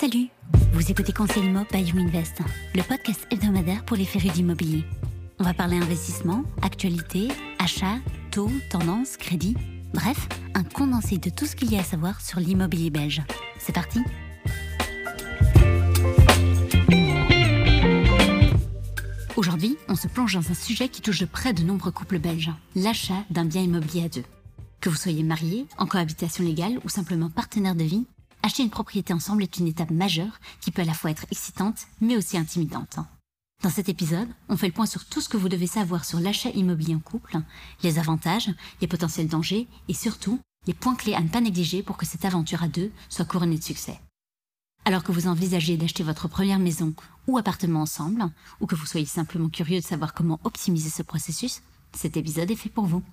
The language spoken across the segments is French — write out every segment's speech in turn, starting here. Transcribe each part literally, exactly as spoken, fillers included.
Salut, vous écoutez Conseil Immo by YouInvest, le podcast hebdomadaire pour les férus d'immobilier. On va parler investissement, actualité, achat, taux, tendance, crédit, bref, un condensé de tout ce qu'il y a à savoir sur l'immobilier belge. C'est parti ? Aujourd'hui, on se plonge dans un sujet qui touche de près de nombreux couples belges, l'achat d'un bien immobilier à deux. Que vous soyez mariés, en cohabitation légale ou simplement partenaire de vie, acheter une propriété ensemble est une étape majeure qui peut à la fois être excitante, mais aussi intimidante. Dans cet épisode, on fait le point sur tout ce que vous devez savoir sur l'achat immobilier en couple, les avantages, les potentiels dangers et surtout, les points clés à ne pas négliger pour que cette aventure à deux soit couronnée de succès. Alors que vous envisagez d'acheter votre première maison ou appartement ensemble, ou que vous soyez simplement curieux de savoir comment optimiser ce processus, cet épisode est fait pour vous.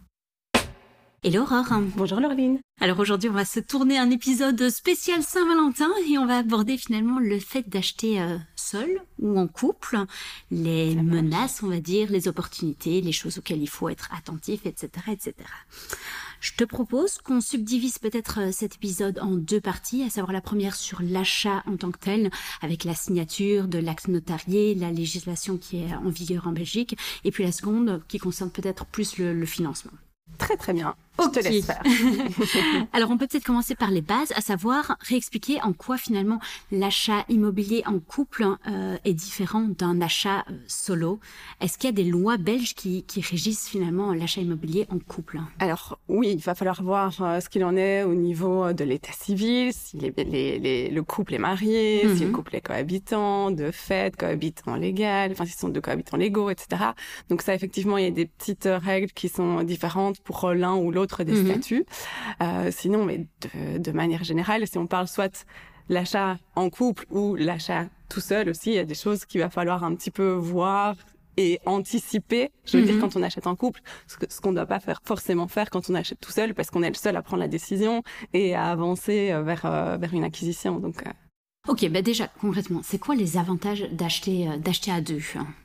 Hello Aurore. Bonjour Laureline. Alors aujourd'hui, on va se tourner un épisode spécial Saint-Valentin et on va aborder finalement le fait d'acheter euh, seul ou en couple, les Ça menaces, marche. on va dire, les opportunités, les choses auxquelles il faut être attentif, et cetera, et cetera. Je te propose qu'on subdivise peut-être cet épisode en deux parties, à savoir la première sur l'achat en tant que tel, avec la signature de l'acte notarié, la législation qui est en vigueur en Belgique, et puis la seconde qui concerne peut-être plus le, le financement. Très très bien, je okay. te laisse faire. Alors on peut peut-être commencer par les bases, à savoir réexpliquer en quoi finalement l'achat immobilier en couple euh, est différent d'un achat euh, solo. Est-ce qu'il y a des lois belges qui, qui régissent finalement l'achat immobilier en couple ? Alors oui, il va falloir voir euh, ce qu'il en est au niveau de l'état civil, si les, les, les, le couple est marié, mm-hmm. si le couple est cohabitant, de fait, cohabitant légal, enfin s'ils sont deux cohabitants légaux, et cetera. Donc ça effectivement, il y a des petites règles qui sont différentes pour l'un ou l'autre des mmh. statuts. Euh, sinon, mais de, de manière générale, si on parle soit l'achat en couple ou l'achat tout seul aussi, il y a des choses qu'il va falloir un petit peu voir et anticiper. Je veux mmh. dire, quand on achète en couple, ce, que, ce qu'on ne doit pas faire, forcément faire quand on achète tout seul, parce qu'on est le seul à prendre la décision et à avancer vers, euh, vers une acquisition. Donc, euh... Ok, bah déjà, concrètement, c'est quoi les avantages d'acheter, euh, d'acheter à deux ?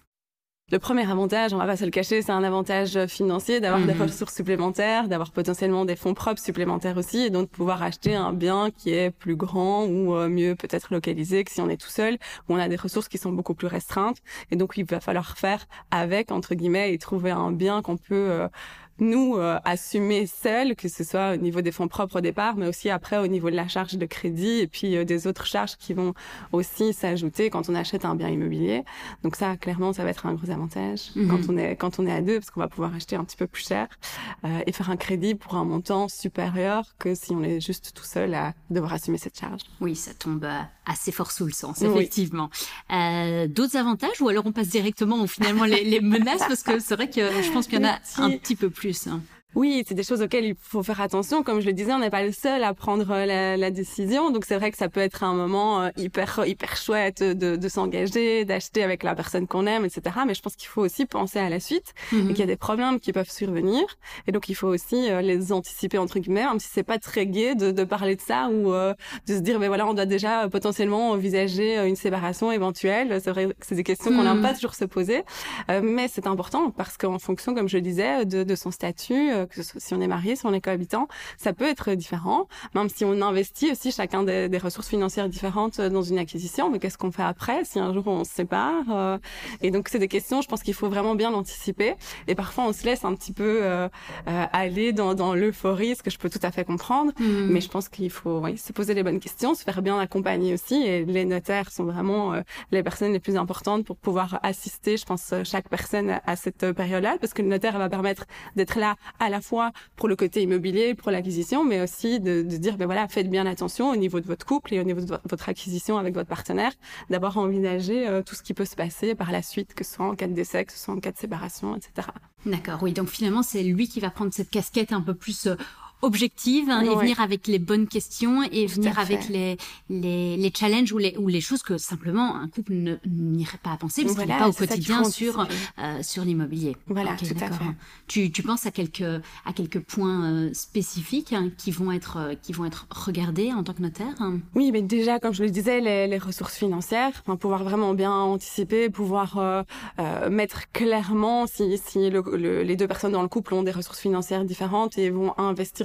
Le premier avantage, on va pas se le cacher, c'est un avantage financier, d'avoir mmh. des ressources supplémentaires, d'avoir potentiellement des fonds propres supplémentaires aussi, et donc de pouvoir acheter un bien qui est plus grand ou euh, mieux peut-être localisé que si on est tout seul, où on a des ressources qui sont beaucoup plus restreintes. Et donc, il va falloir faire avec, entre guillemets, et trouver un bien qu'on peut... Euh, nous euh, assumer seuls, que ce soit au niveau des fonds propres au départ, mais aussi après au niveau de la charge de crédit et puis euh, des autres charges qui vont aussi s'ajouter quand on achète un bien immobilier. Donc ça, clairement, ça va être un gros avantage mm-hmm. quand on est quand on est à deux, parce qu'on va pouvoir acheter un petit peu plus cher euh, et faire un crédit pour un montant supérieur que si on est juste tout seul à devoir assumer cette charge. Oui, ça tombe assez fort sous le sens, effectivement. Oui. Euh, d'autres avantages, ou alors on passe directement aux finalement les, les menaces, parce que c'est vrai que je pense qu'il y en a un petit peu plus. Oui, c'est des choses auxquelles il faut faire attention. Comme je le disais, on n'est pas le seul à prendre la, la décision. Donc, c'est vrai que ça peut être un moment euh, hyper hyper chouette de, de s'engager, d'acheter avec la personne qu'on aime, et cetera. Mais je pense qu'il faut aussi penser à la suite mm-hmm. et qu'il y a des problèmes qui peuvent survenir. Et donc, il faut aussi euh, les anticiper, entre guillemets, même si c'est pas très gai de, de parler de ça ou euh, de se dire, mais voilà, on doit déjà euh, potentiellement envisager une séparation éventuelle. C'est vrai que c'est des questions mm-hmm. qu'on n'aime pas toujours se poser. Euh, mais c'est important parce qu'en fonction, comme je le disais, de, de son statut, euh, que ce soit si on est marié, si on est cohabitant, ça peut être différent, même si on investit aussi chacun des, des ressources financières différentes dans une acquisition, mais qu'est-ce qu'on fait après si un jour on se sépare euh, et donc c'est des questions, je pense qu'il faut vraiment bien l'anticiper, et parfois on se laisse un petit peu euh, euh, aller dans, dans l'euphorie, ce que je peux tout à fait comprendre, mmh. mais je pense qu'il faut oui, se poser les bonnes questions, se faire bien accompagner aussi, et les notaires sont vraiment euh, les personnes les plus importantes pour pouvoir assister, je pense, chaque personne à, à cette période-là, parce que le notaire va permettre d'être là à la fois pour le côté immobilier, pour l'acquisition, mais aussi de, de dire, ben voilà, faites bien attention au niveau de votre couple et au niveau de votre acquisition avec votre partenaire, d'avoir envisagé euh, tout ce qui peut se passer par la suite, que ce soit en cas de décès, que ce soit en cas de séparation, et cetera. D'accord, oui, donc finalement, c'est lui qui va prendre cette casquette un peu plus... Euh... objective hein, ouais. et venir avec les bonnes questions et Tout venir avec les, les, les challenges ou les, ou les choses que simplement un couple ne, n'irait pas à penser parce voilà, qu'il n'est pas au quotidien sur, euh, sur l'immobilier. Voilà, okay, tout d'accord. à fait. Tu, tu penses à quelques, à quelques points euh, spécifiques hein, qui, vont être, euh, qui vont être regardés en tant que notaire hein? Oui, mais déjà, comme je le disais, les, les ressources financières, hein, pouvoir vraiment bien anticiper, pouvoir euh, euh, mettre clairement si, si le, le, les deux personnes dans le couple ont des ressources financières différentes et vont investir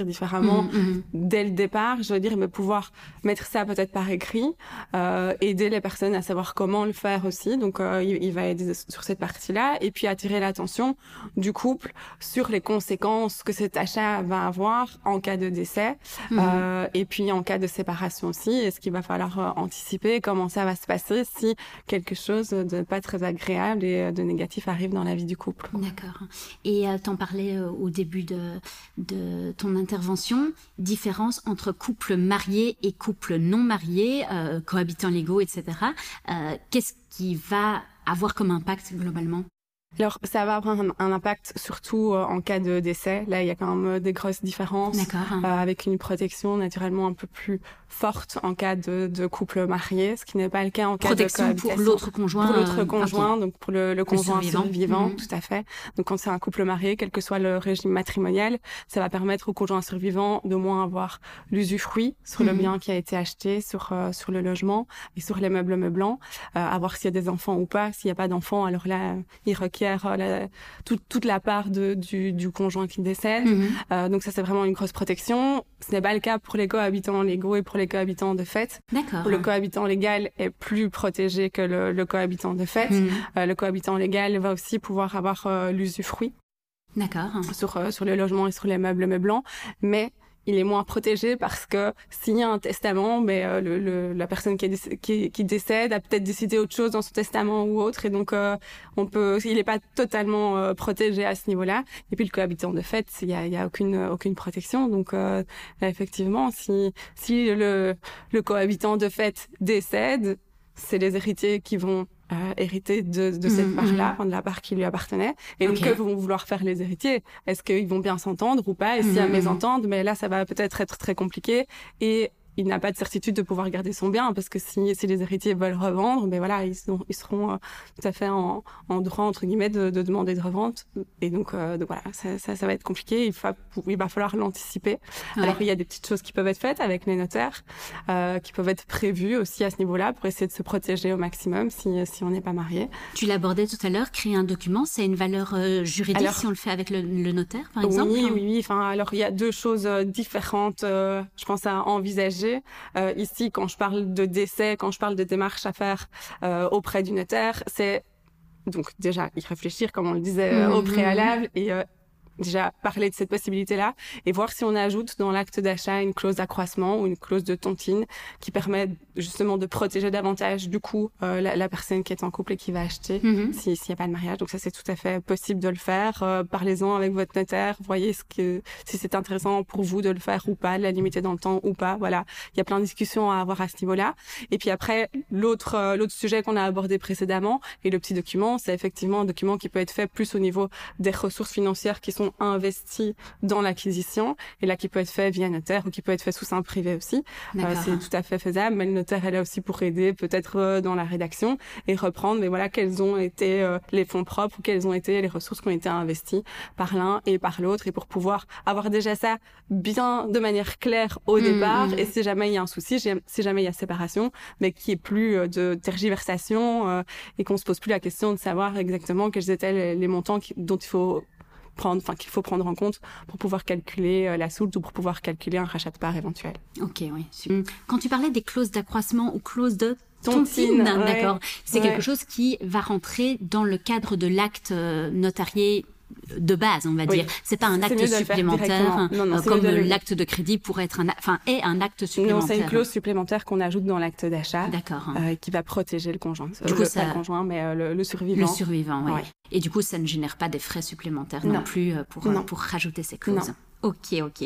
réfléchir différemment mmh. dès le départ, je veux dire, mais pouvoir mettre ça peut-être par écrit, euh, aider les personnes à savoir comment le faire aussi. Donc, euh, il, il va aider sur cette partie-là et puis attirer l'attention du couple sur les conséquences que cet achat va avoir en cas de décès mmh. euh, et puis en cas de séparation aussi. Est-ce qu'il va falloir euh, anticiper comment ça va se passer si quelque chose de pas très agréable et de négatif arrive dans la vie du couple. D'accord. Et euh, t'en parlais euh, au début de, de ton intervention, différence entre couple marié et couple non marié, euh, cohabitants légaux, et cetera. Euh, qu'est-ce qui va avoir comme impact globalement ? Alors, ça va avoir un, un impact surtout euh, en cas de décès. Là, il y a quand même euh, des grosses différences. D'accord. Euh, avec une protection naturellement un peu plus forte en cas de, de couple marié, ce qui n'est pas le cas en cas protection de cohabitation. pour l'autre conjoint. Pour l'autre euh, conjoint, okay. donc pour le, le conjoint le survivant, survivant, mmh. tout à fait. Donc, quand c'est un couple marié, quel que soit le régime matrimonial, ça va permettre au conjoint survivant de moins avoir l'usufruit sur mmh. le bien qui a été acheté, sur euh, sur le logement et sur les meubles meublants, euh, à voir s'il y a des enfants ou pas. S'il n'y a pas d'enfants, alors là, il requiert euh, la, tout, toute la part de, du, du conjoint qui décède. Mmh. Euh, donc ça, c'est vraiment une grosse protection. Ce n'est pas le cas pour les cohabitants légaux et pour les cohabitants de fait. D'accord. Le cohabitant légal est plus protégé que le, le cohabitant de fait. Mmh. Euh, le cohabitant légal va aussi pouvoir avoir euh, l'usufruit. D'accord. Sur, euh, sur le logement et sur les meubles meublants. Mais il est moins protégé parce que s'il y a un testament, mais euh, le, le, la personne qui, est déc- qui, qui décède a peut-être décidé autre chose dans son testament ou autre, et donc euh, on peut, il n'est pas totalement euh, protégé à ce niveau-là. Et puis le cohabitant de fait, il y a, il y a aucune aucune protection. Donc euh, là, effectivement, si si le le cohabitant de fait décède, c'est les héritiers qui vont Euh, hériter de, de cette mmh, part-là, mmh. de la part qui lui appartenait. Et okay. donc, que vont vouloir faire les héritiers ? Est-ce qu'ils vont bien s'entendre ou pas ? Et s'il y a mmh. mésentente, mais là, ça va peut-être être très compliqué. Et il n'a pas de certitude de pouvoir garder son bien, parce que si, si les héritiers veulent revendre, ben voilà, ils, sont, ils seront euh, tout à fait en, en droit, entre guillemets, de, de demander de revente. Et donc, euh, donc voilà, ça, ça, ça va être compliqué. Il, fa, il va falloir l'anticiper. Ouais. Alors, il y a des petites choses qui peuvent être faites avec les notaires, euh, qui peuvent être prévues aussi à ce niveau-là pour essayer de se protéger au maximum si, si on n'est pas marié. Tu l'abordais tout à l'heure, créer un document, c'est une valeur euh, juridique alors, si on le fait avec le, le notaire, par exemple ? Oui, oui, oui. Enfin, alors, il y a deux choses différentes, euh, je pense, à envisager. Euh, ici, quand je parle de décès, quand je parle de démarches à faire euh, auprès du notaire, c'est donc déjà y réfléchir, comme on le disait, euh, mmh, au préalable, et euh, déjà parler de cette possibilité-là et voir si on ajoute dans l'acte d'achat une clause d'accroissement ou une clause de tontine qui permet justement de protéger davantage du coup euh, la, la personne qui est en couple et qui va acheter mm-hmm. si, s'il n'y a pas de mariage. Donc ça, c'est tout à fait possible de le faire. Euh, parlez-en avec votre notaire, voyez ce que, si c'est intéressant pour vous de le faire ou pas, de la limiter dans le temps ou pas. Voilà, il y a plein de discussions à avoir à ce niveau-là. Et puis après, l'autre, euh, l'autre sujet qu'on a abordé précédemment et le petit document, c'est effectivement un document qui peut être fait plus au niveau des ressources financières qui sont investis dans l'acquisition, et là qui peut être fait via notaire ou qui peut être fait sous seing privé aussi. Euh, c'est tout à fait faisable, mais le notaire est là aussi pour aider peut-être euh, dans la rédaction et reprendre mais voilà quels ont été euh, les fonds propres ou quelles ont été les ressources qui ont été investies par l'un et par l'autre, et pour pouvoir avoir déjà ça bien de manière claire au mmh, départ mmh. et si jamais il y a un souci, si jamais il y a séparation, mais qu'il n'y ait plus euh, de tergiversation euh, et qu'on se pose plus la question de savoir exactement quels étaient les, les montants qui, dont il faut prendre, enfin qu'il faut prendre en compte pour pouvoir calculer euh, la soulte ou pour pouvoir calculer un rachat de part éventuel. Ok, oui. Super. Quand tu parlais des clauses d'accroissement ou clauses de tontine, ouais. d'accord, c'est ouais. quelque chose qui va rentrer dans le cadre de l'acte euh, notarié de base, on va oui. dire. C'est pas un c'est acte supplémentaire, non, non, comme le... l'acte de crédit pourrait être un, enfin, est un acte supplémentaire. Non, c'est une clause supplémentaire qu'on ajoute dans l'acte d'achat. D'accord. Euh, qui va protéger le conjoint. Du euh, coup, le, ça... pas le conjoint, mais euh, le, le survivant. Le survivant, oui. Ouais. Et du coup, ça ne génère pas des frais supplémentaires non, non plus pour, non. pour rajouter ces clauses. Non. Ok, ok.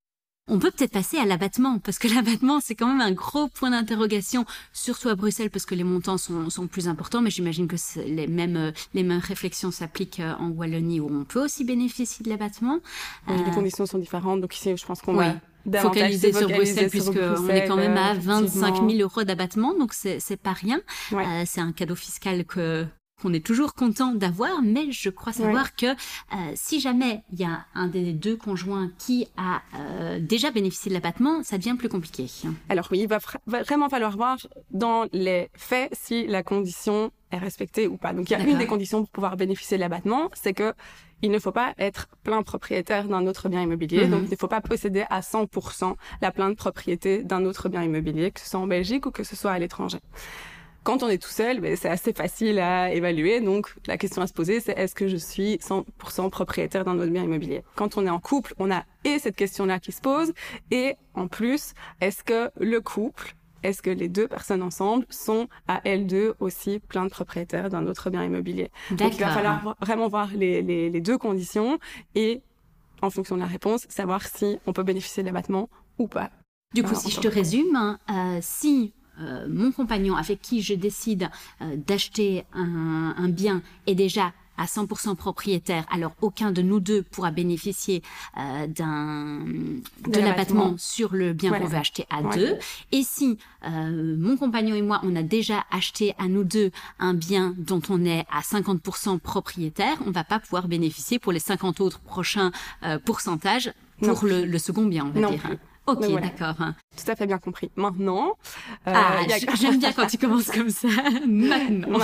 On peut peut-être passer à l'abattement, parce que l'abattement, c'est quand même un gros point d'interrogation, surtout à Bruxelles, parce que les montants sont, sont plus importants, mais j'imagine que les mêmes, les mêmes réflexions s'appliquent en Wallonie, où on peut aussi bénéficier de l'abattement. Oui, euh... les conditions sont différentes, donc ici, je pense qu'on ouais. va focaliser sur Bruxelles, puisqu'on est quand même à vingt-cinq mille euros d'abattement, donc c'est, c'est pas rien. Ouais. Euh, c'est un cadeau fiscal que... qu'on est toujours content d'avoir, mais je crois savoir ouais. que euh, si jamais il y a un des deux conjoints qui a euh, déjà bénéficié de l'abattement, ça devient plus compliqué. Alors oui, il va, va vraiment falloir voir dans les faits si la condition est respectée ou pas. Donc il y a D'accord. une des conditions pour pouvoir bénéficier de l'abattement, c'est que il ne faut pas être plein propriétaire d'un autre bien immobilier. Mmh. Donc il ne faut pas posséder à cent pour cent la pleine propriété d'un autre bien immobilier, que ce soit en Belgique ou que ce soit à l'étranger. Quand on est tout seul, ben, c'est assez facile à évaluer. Donc, la question à se poser, c'est est-ce que je suis cent pour cent propriétaire d'un autre bien immobilier? Quand on est en couple, on a et cette question-là qui se pose. Et en plus, est-ce que le couple, est-ce que les deux personnes ensemble sont à elles deux aussi plein de propriétaires d'un autre bien immobilier? Donc, il va falloir vraiment voir les, les, les deux conditions et, en fonction de la réponse, savoir si on peut bénéficier de l'abattement ou pas. Du coup, si je te résume, hein, euh, si... Euh, mon compagnon avec qui je décide euh, d'acheter un, un bien est déjà à cent pour cent propriétaire, alors aucun de nous deux pourra bénéficier euh, d'un de, de l'abattement sur le bien voilà. qu'on veut acheter à ouais. deux. Et si euh, mon compagnon et moi, on a déjà acheté à nous deux un bien dont on est à cinquante pour cent propriétaire, on va pas pouvoir bénéficier pour les cinquante autres prochains euh, pourcentages pour le, le second bien, on va non dire. Plus. Ok, voilà. d'accord. Tout à fait bien compris. Maintenant... Euh, ah, a... j'aime bien quand tu commences comme ça. Maintenant.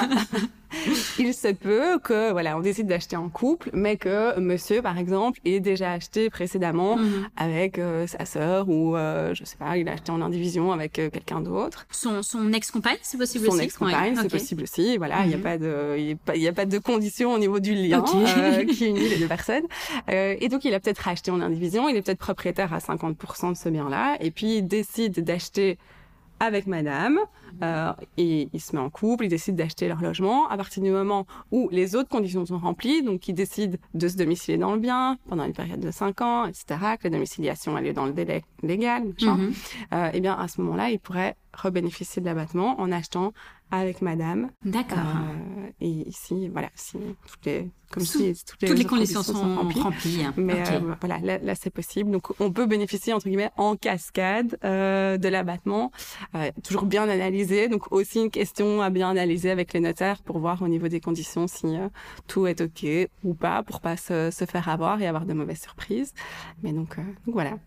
Il se peut que, voilà, on décide d'acheter en couple, mais que monsieur, par exemple, ait déjà acheté précédemment mm-hmm. avec euh, sa sœur ou, euh, je sais pas, il a acheté en indivision avec euh, quelqu'un d'autre. Son, son ex-compagne, c'est possible son aussi? Son ex-compagne, ouais. c'est okay. possible aussi. Voilà, il mm-hmm. n'y a pas de, il y a pas, il y a pas de condition au niveau du lien okay. euh, qui unit les deux personnes. Euh, et donc, il a peut-être racheté en indivision, il est peut-être propriétaire à cinquante pour cent de ce bien-là, et puis il décide d'acheter avec madame, euh, et il se met en couple, il décide d'acheter leur logement. À partir du moment où les autres conditions sont remplies, donc il décide de se domicilier dans le bien pendant une période de cinq ans, et cetera, que la domiciliation a lieu dans le délai légal, machin, mm-hmm. euh, et bien à ce moment-là, il pourrait rebénéficier de l'abattement en achetant avec madame. D'accord. Euh, et ici, voilà, si toutes les, comme Sous, si toutes les, toutes les conditions, conditions sont, sont remplies. remplies. Mais okay. euh, voilà, là, là c'est possible. Donc on peut bénéficier entre guillemets en cascade euh, de l'abattement, euh, toujours bien analysé. Donc aussi une question à bien analyser avec les notaires pour voir au niveau des conditions si euh, tout est ok ou pas, pour pas se, se faire avoir et avoir de mauvaises surprises. Mais donc, euh, donc voilà.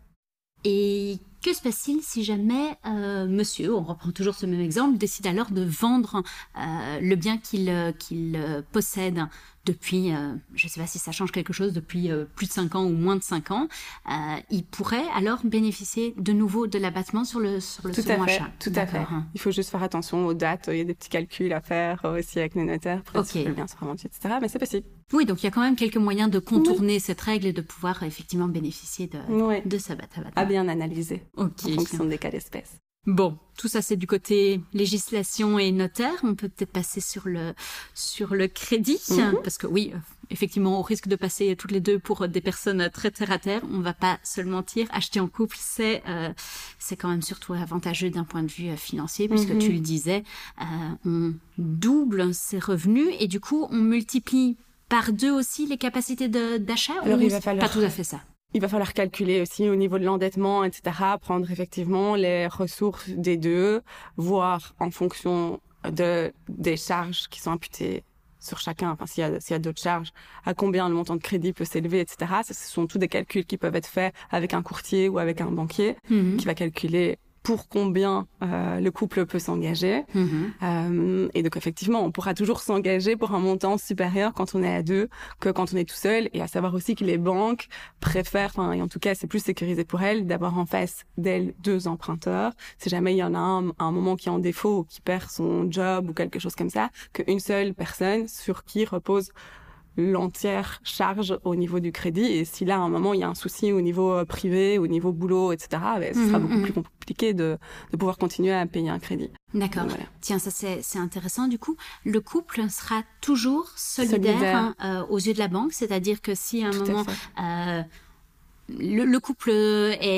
Et que se passe-t-il si jamais euh, monsieur, on reprend toujours ce même exemple, décide alors de vendre euh, le bien qu'il, qu'il euh, possède depuis, euh, je ne sais pas si ça change quelque chose, depuis euh, plus de cinq ans ou moins de cinq ans, euh, il pourrait alors bénéficier de nouveau de l'abattement sur le, sur le tout second à fait, achat. Tout D'accord. à fait. Il faut juste faire attention aux dates, il y a des petits calculs à faire aussi avec les notaires pour okay. que le bien soit vendu, et cetera. Mais c'est possible. Oui, donc il y a quand même quelques moyens de contourner oui. cette règle et de pouvoir effectivement bénéficier de, oui. de ce abattement. À bien analyser okay. en fonction des cas d'espèce. Bon, tout ça c'est du côté législation et notaire. On peut peut-être passer sur le sur le crédit, mm-hmm. parce que oui, effectivement, au risque de passer toutes les deux pour des personnes très terre à terre, on va pas se le mentir. Acheter en couple, c'est euh, c'est quand même surtout avantageux d'un point de vue financier, puisque mm-hmm. tu le disais, euh, on double ses revenus et du coup on multiplie par deux aussi les capacités de, d'achat. Alors il va falloir pas tout à fait ça. Il va falloir calculer aussi au niveau de l'endettement, et cetera, prendre effectivement les ressources des deux, voir en fonction de, des charges qui sont imputées sur chacun, enfin s'il y a, s'il y a d'autres charges, à combien le montant de crédit peut s'élever, et cetera. Ce sont tous des calculs qui peuvent être faits avec un courtier ou avec un banquier mm-hmm. qui va calculer pour combien euh, le couple peut s'engager. Mmh. Euh, et donc, effectivement, on pourra toujours s'engager pour un montant supérieur quand on est à deux que quand on est tout seul. Et à savoir aussi que les banques préfèrent, enfin, et en tout cas, c'est plus sécurisé pour elles, d'avoir en face d'elles deux emprunteurs. Si jamais il y en a un, un moment qui est en défaut ou qui perd son job ou quelque chose comme ça, qu'une seule personne sur qui repose l'entière charge au niveau du crédit. Et si là, à un moment, il y a un souci au niveau euh, privé, au niveau boulot, et cetera, ben, ce mmh, sera beaucoup mmh. plus compliqué de, de pouvoir continuer à payer un crédit. D'accord. Donc, voilà. Tiens, ça, c'est, c'est intéressant. Du coup, le couple sera toujours solidaire, solidaire. Hein, euh, aux yeux de la banque. C'est-à-dire que si à un Tout moment, euh, le, le couple est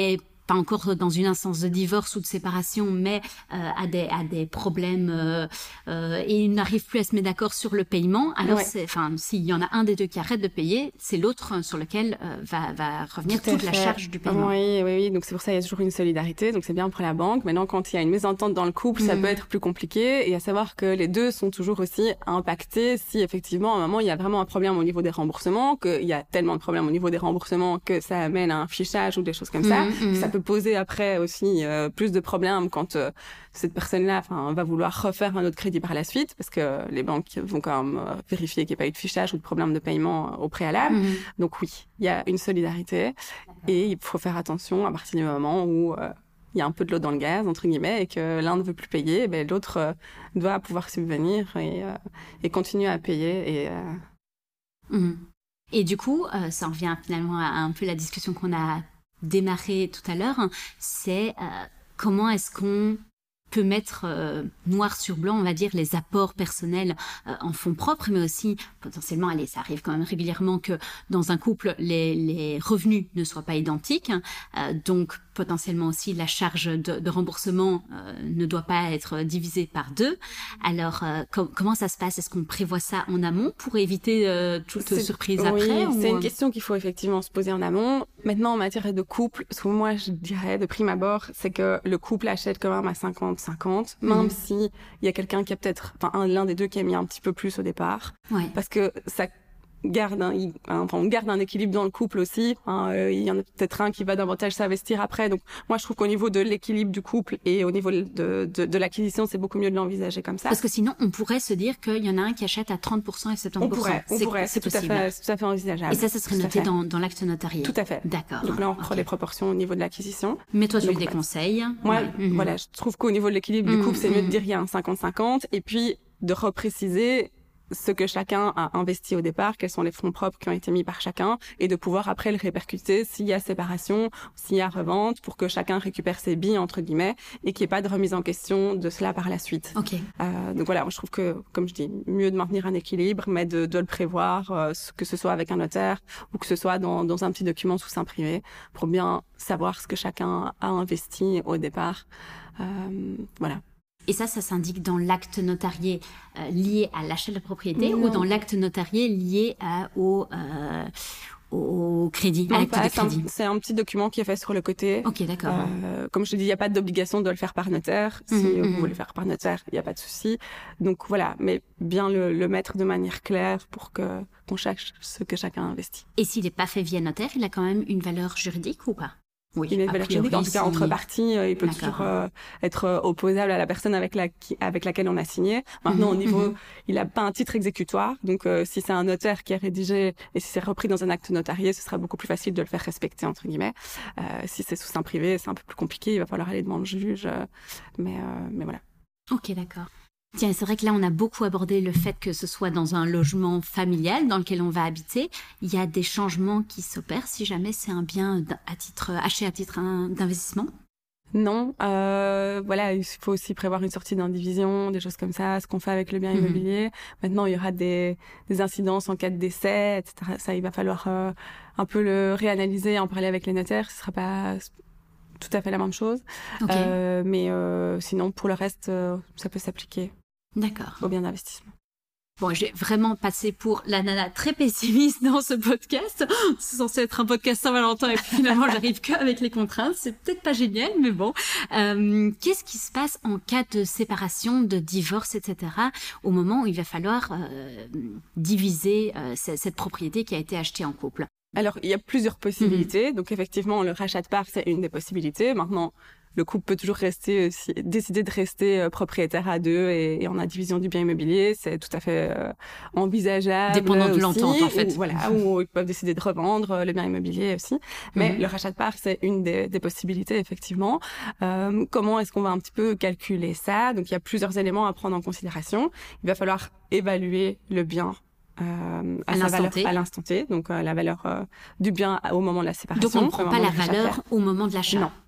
pas encore dans une instance de divorce ou de séparation, mais euh, a des a des problèmes euh, euh, et ils n'arrivent plus à se mettre d'accord sur le paiement. Alors, ouais. c'est, enfin, s'il y en a un des deux qui arrête de payer, c'est l'autre sur lequel euh, va va revenir toute la charge du paiement. Oui, oui, oui. Donc c'est pour ça il y a toujours une solidarité. Donc c'est bien pour la banque. Maintenant, quand il y a une mésentente dans le couple, mmh. ça peut être plus compliqué. Et à savoir que les deux sont toujours aussi impactés si effectivement à un moment il y a vraiment un problème au niveau des remboursements, qu'il y a tellement de problèmes au niveau des remboursements que ça amène à un fichage ou des choses comme ça. Mmh, mmh. Ça peut poser après aussi euh, plus de problèmes quand euh, cette personne-là, enfin, va vouloir refaire un autre crédit par la suite, parce que les banques vont quand même euh, vérifier qu'il n'y a pas eu de fichage ou de problème de paiement euh, au préalable. Mmh. Donc oui, il y a une solidarité et il faut faire attention à partir du moment où euh, il y a un peu de l'eau dans le gaz, entre guillemets, et que l'un ne veut plus payer, ben, l'autre euh, doit pouvoir subvenir et, euh, et continuer à payer. Et, euh... mmh. et du coup, euh, ça en revient finalement à un peu la discussion qu'on a démarré tout à l'heure, hein, c'est euh, comment est-ce qu'on peut mettre euh, noir sur blanc, on va dire, les apports personnels euh, en fonds propres, mais aussi potentiellement, allez, ça arrive quand même régulièrement que dans un couple, les, les revenus ne soient pas identiques, euh, donc potentiellement aussi la charge de, de remboursement euh, ne doit pas être divisée par deux. Alors, euh, com- comment ça se passe? Est-ce qu'on prévoit ça en amont pour éviter euh, toute c'est, surprise oui, après? Oui, c'est ou... une question qu'il faut effectivement se poser en amont. Maintenant, en matière de couple, ce que moi je dirais de prime abord, c'est que le couple achète quand même à cinquante cinquante, même mmh. si il y a quelqu'un qui a peut-être, enfin un, l'un des deux qui a mis un petit peu plus au départ, ouais. parce que ça garde un, enfin, on garde un équilibre dans le couple aussi. Hein, euh, il y en a peut-être un qui va davantage s'investir après. Donc, moi, je trouve qu'au niveau de l'équilibre du couple et au niveau de, de, de l'acquisition, c'est beaucoup mieux de l'envisager comme ça. Parce que sinon, on pourrait se dire qu'il y en a un qui achète à trente pour cent et soixante pour cent. On pourrait, on c'est, pourrait, c'est, c'est, tout à fait, c'est tout à fait envisageable. Et ça, ça serait tout noté dans, dans l'acte notarié. Tout à fait. D'accord. Donc là, on prend okay. les proportions au niveau de l'acquisition. Mais toi, tu Donc, as des ouais. conseils. Moi, ouais. mmh. voilà, je trouve qu'au niveau de l'équilibre mmh, du couple, c'est mmh. mieux de dire il y a un cinquante cinquante et puis de repréciser ce que chacun a investi au départ, quels sont les fonds propres qui ont été mis par chacun, et de pouvoir après le répercuter s'il y a séparation, s'il y a revente, pour que chacun récupère ses billes, entre guillemets, et qu'il n'y ait pas de remise en question de cela par la suite. Okay. Euh, donc voilà, moi je trouve que, comme je dis, mieux de maintenir un équilibre, mais de, de le prévoir, euh, que ce soit avec un notaire ou que ce soit dans, dans un petit document sous seing privé, pour bien savoir ce que chacun a investi au départ. Euh, voilà. Et ça, ça s'indique dans l'acte notarié euh, lié à l'achat de la propriété non. ou dans l'acte notarié lié à, au, euh, au crédit, non, à l'acte pas, de crédit. C'est un, c'est un petit document qui est fait sur le côté. Ok, d'accord. Euh, comme je te dis, il n'y a pas d'obligation de le faire par notaire. Si mmh, vous mmh. voulez le faire par notaire, il n'y a pas de souci. Donc voilà, mais bien le, le mettre de manière claire pour que qu'on sache ce que chacun investit. Et s'il n'est pas fait via notaire, il a quand même une valeur juridique ou pas? Oui, il a une valeur juridique. En tout cas, entre parties, euh, il peut D'accord. toujours euh, être euh, opposable à la personne avec, la, qui, avec laquelle on a signé. Maintenant, mmh, au niveau, mmh. il n'a pas un titre exécutoire. Donc, euh, si c'est un notaire qui a rédigé et si c'est repris dans un acte notarié, ce sera beaucoup plus facile de le faire respecter, entre guillemets. Euh, si c'est sous seing privé, c'est un peu plus compliqué. Il va falloir aller devant le juge. Euh, mais, euh, mais voilà. Ok, d'accord. Tiens, c'est vrai que là, on a beaucoup abordé le fait que ce soit dans un logement familial dans lequel on va habiter. Il y a des changements qui s'opèrent si jamais c'est un bien à titre, acheté à titre d'investissement? Non. Euh, voilà, il faut aussi prévoir une sortie d'indivision, des choses comme ça, ce qu'on fait avec le bien mmh. immobilier. Maintenant, il y aura des, des incidences en cas de décès, et cetera. Ça, il va falloir euh, un peu le réanalyser, en parler avec les notaires. Ce sera pas tout à fait la même chose. Okay. Euh, mais euh, sinon, pour le reste, euh, ça peut s'appliquer. D'accord. Au bien d'investissement. Bon, j'ai vraiment passé pour la nana très pessimiste dans ce podcast. C'est censé être un podcast Saint-Valentin et puis finalement, j'arrive qu'avec les contraintes. C'est peut-être pas génial, mais bon. Euh, qu'est-ce qui se passe en cas de séparation, de divorce, et cetera, au moment où il va falloir euh, diviser euh, cette propriété qui a été achetée en couple? Alors, il y a plusieurs possibilités. Mmh. Donc, effectivement, le rachat de parts, c'est une des possibilités. Maintenant, le couple peut toujours rester, aussi, décider de rester euh, propriétaire à deux et, et en indivision du bien immobilier. C'est tout à fait euh, envisageable. Dépendant de aussi, l'entente, en fait. Ou, voilà, ou ils peuvent décider de revendre euh, le bien immobilier aussi. Mais mmh. le rachat de parts, c'est une des, des possibilités, effectivement. Euh, comment est-ce qu'on va un petit peu calculer ça? Donc, il y a plusieurs éléments à prendre en considération. Il va falloir évaluer le bien Euh, à, à, l'instant valeur, à l'instant T, donc euh, la valeur euh, du bien au moment de la séparation. Donc on ne prend pas la valeur au moment de l'achat. Non,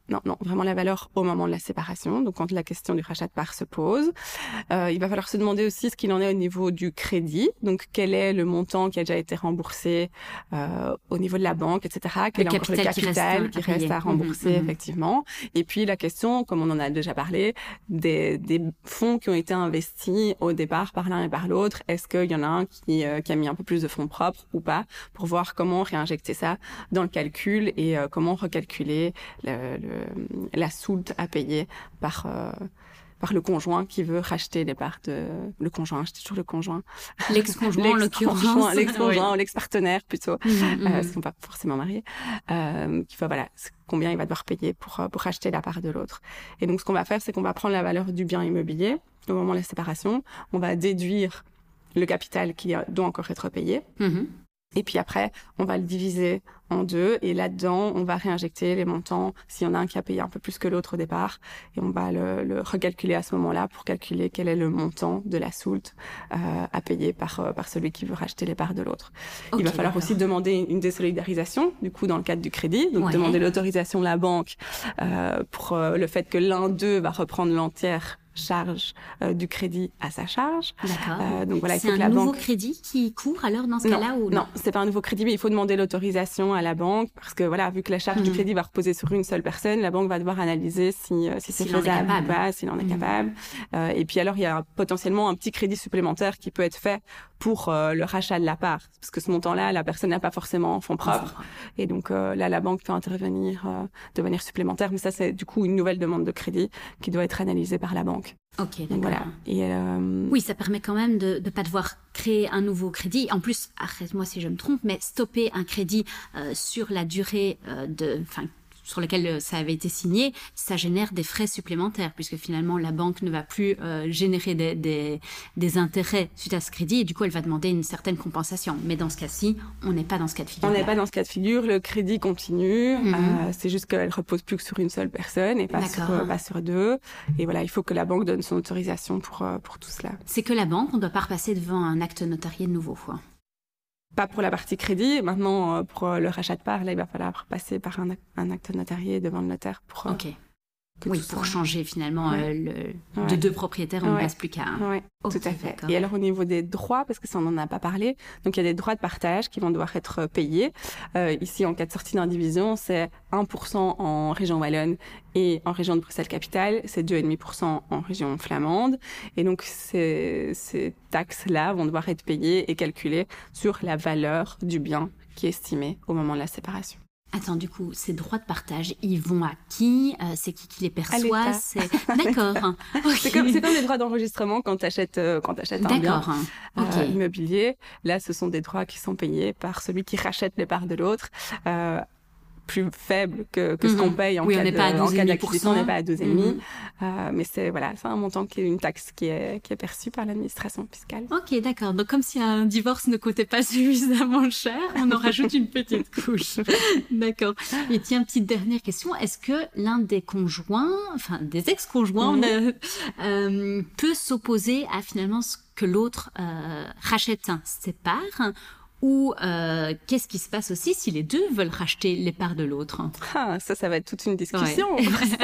non, non, vraiment la valeur au moment de la séparation. Donc, quand la question du rachat de parts se pose, euh, il va falloir se demander aussi ce qu'il en est au niveau du crédit. Donc, quel est le montant qui a déjà été remboursé euh, au niveau de la banque, et cetera. Quel le est encore le capital qui reste, qui reste à rembourser, mmh, effectivement. Et puis, la question, comme on en a déjà parlé, des, des fonds qui ont été investis au départ par l'un et par l'autre. Est-ce qu'il y en a un qui, euh, qui a mis un peu plus de fonds propres ou pas, pour voir comment réinjecter ça dans le calcul et euh, comment recalculer le, le, la soulte à payer par... Euh, par le conjoint qui veut racheter les parts de... Le conjoint, je dis toujours le conjoint. L'ex-conjoint, en l'occurrence. L'ex-conjoint, oui. L'ex-partenaire plutôt, mmh, euh, mmh. parce qu'on n'est pas forcément mariés. Euh, qui va, voilà, combien il va devoir payer pour, pour racheter la part de l'autre. Et donc, ce qu'on va faire, c'est qu'on va prendre la valeur du bien immobilier au moment de la séparation. On va déduire le capital qui doit encore être payé. Mmh. Et puis après, on va le diviser en deux. Et là-dedans, on va réinjecter les montants s'il y en a un qui a payé un peu plus que l'autre au départ. Et on va le, le recalculer à ce moment-là pour calculer quel est le montant de la soulte euh, à payer par, euh, par celui qui veut racheter les parts de l'autre. Okay, il va falloir d'accord. aussi demander une désolidarisation, du coup, dans le cadre du crédit. Donc, ouais. demander l'autorisation de la banque euh, pour euh, le fait que l'un d'eux va reprendre l'entière charge euh, du crédit à sa charge. D'accord. Euh, donc voilà, il c'est faut un que la nouveau banque... crédit qui court alors dans ce non, cas-là ou non, non, c'est pas un nouveau crédit, mais il faut demander l'autorisation à la banque parce que voilà, vu que la charge mmh. du crédit va reposer sur une seule personne, la banque va devoir analyser si euh, si c'est faisable ou pas, s'il en est mmh. capable. Euh, et puis alors il y a potentiellement un petit crédit supplémentaire qui peut être fait pour euh, le rachat de la part, parce que ce montant-là, la personne n'a pas forcément en fonds propres, et donc euh, là la banque peut intervenir euh, de manière supplémentaire, mais ça c'est du coup une nouvelle demande de crédit qui doit être analysée par la banque. Ok, d'accord. Voilà. Et euh... oui, ça permet quand même de ne pas devoir créer un nouveau crédit. En plus, arrête-moi si je me trompe, mais stopper un crédit euh, sur la durée euh, de, enfin, sur lequel ça avait été signé, ça génère des frais supplémentaires puisque finalement la banque ne va plus euh, générer des, des, des intérêts suite à ce crédit et du coup elle va demander une certaine compensation. Mais dans ce cas-ci, on n'est pas dans ce cas de figure. On n'est pas dans ce cas de figure, le crédit continue, mm-hmm. euh, c'est juste qu'elle repose plus que sur une seule personne et pas sur, euh, pas sur deux. Et voilà, il faut que la banque donne son autorisation pour, euh, pour tout cela. C'est que la banque, on ne doit pas repasser devant un acte notarié de nouveau, quoi. Pas pour la partie crédit. Maintenant, pour le rachat de parts, là, il va falloir passer par un, un acte notarié devant le notaire pour. Ok. Oui, pour ça... changer finalement ouais. euh, le... ouais. de deux propriétaires, on ouais. ne passe plus qu'à un. Oui, okay, tout à fait. D'accord. Et alors au niveau des droits, parce que ça on n'en a pas parlé, donc il y a des droits de partage qui vont devoir être payés. Euh, ici, en cas de sortie d'indivision, c'est un pour cent en région wallonne et en région de Bruxelles-Capitale, c'est deux virgule cinq pour cent en région flamande. Et donc ces, ces taxes-là vont devoir être payées et calculées sur la valeur du bien qui est estimée au moment de la séparation. Attends, du coup, ces droits de partage, ils vont à qui euh, c'est qui qui les perçoit c'est... D'accord. Okay. C'est comme, c'est comme les droits d'enregistrement quand tu achètes, euh, quand t'achètes un bien euh, okay. immobilier. Là, ce sont des droits qui sont payés par celui qui rachète les parts de l'autre. Euh, plus faible que, que ce mm-hmm. qu'on paye en oui, cas, de, en cas d'acquisition, on n'est pas à douze virgule cinq pour cent. Mm-hmm. Euh, mais c'est, voilà, c'est un montant qui est une taxe qui est, qui est perçue par l'administration fiscale. Ok, d'accord. Donc, comme si un divorce ne coûtait pas suffisamment cher, on en rajoute une petite couche. D'accord. Et tiens, petite dernière question. Est-ce que l'un des conjoints, enfin, des ex-conjoints, mm-hmm. euh, peut s'opposer à finalement ce que l'autre euh, rachète ses parts? Ou euh, qu'est-ce qui se passe aussi si les deux veulent racheter les parts de l'autre? Ah, ça, ça va être toute une discussion.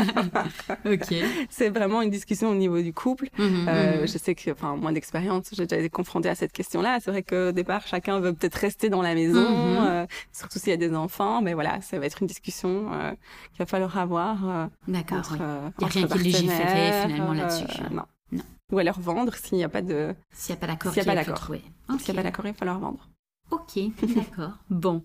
Ouais. Ok. C'est vraiment une discussion au niveau du couple. Mmh, euh, mmh. Je sais que, enfin, moi d'expérience, j'ai déjà été confrontée à cette question-là. C'est vrai qu'au départ, chacun veut peut-être rester dans la maison, mmh. euh, surtout s'il y a des enfants. Mais voilà, ça va être une discussion euh, qu'il va falloir avoir. Euh, D'accord. Entre, oui. euh, Il n'y a rien qui est légiféré finalement là-dessus. Euh, non. non. Ou alors vendre s'il n'y a pas de. S'il n'y a pas d'accord. S'il n'y a pas d'accord. Okay. S'il n'y a pas d'accord, il va falloir vendre. Ok, d'accord. Bon.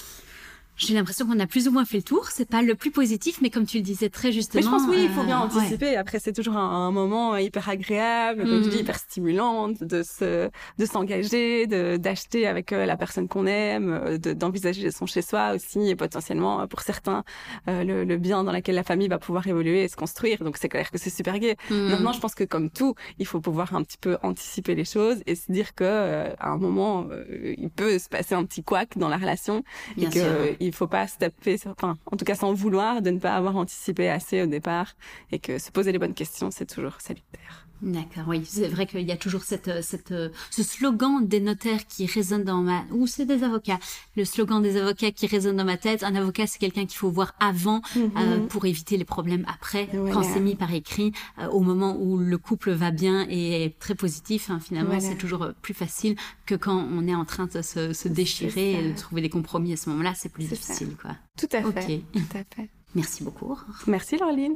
J'ai l'impression qu'on a plus ou moins fait le tour. C'est pas le plus positif, mais comme tu le disais très justement. Mais je pense oui, euh, il faut bien anticiper. Ouais. Après, c'est toujours un, un moment hyper agréable, comme mm-hmm. je dis, hyper stimulant de se, de s'engager, de d'acheter avec euh, la personne qu'on aime, de, d'envisager son chez soi aussi, et potentiellement pour certains euh, le, le bien dans lequel la famille va pouvoir évoluer et se construire. Donc c'est clair que c'est super gai. Mm-hmm. Maintenant, je pense que comme tout, il faut pouvoir un petit peu anticiper les choses et se dire que euh, à un moment, euh, il peut se passer un petit couac dans la relation bien et que sûr. euh, il faut pas se taper, enfin, en tout cas sans vouloir, de ne pas avoir anticipé assez au départ et que se poser les bonnes questions, c'est toujours salutaire. D'accord, oui, c'est vrai qu'il y a toujours cette, cette, ce slogan des notaires qui résonne dans ma... ou c'est des avocats, le slogan des avocats qui résonne dans ma tête. Un avocat, c'est quelqu'un qu'il faut voir avant mm-hmm. euh, pour éviter les problèmes après, voilà. Quand c'est mis par écrit, euh, au moment où le couple va bien et est très positif, hein, finalement, voilà. C'est toujours plus facile que quand on est en train de se, se déchirer et de trouver des compromis à ce moment-là, c'est plus c'est difficile, ça. Quoi. Tout à fait, okay. Tout à fait. Merci beaucoup. Merci Laureline.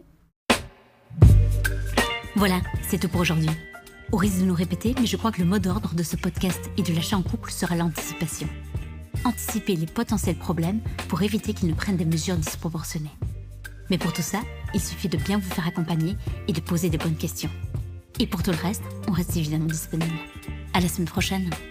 Voilà, c'est tout pour aujourd'hui. Au risque de nous répéter, mais je crois que le mot d'ordre de ce podcast et de l'achat en couple sera l'anticipation. Anticiper les potentiels problèmes pour éviter qu'ils ne prennent des mesures disproportionnées. Mais pour tout ça, il suffit de bien vous faire accompagner et de poser des bonnes questions. Et pour tout le reste, on reste évidemment disponible. À la semaine prochaine.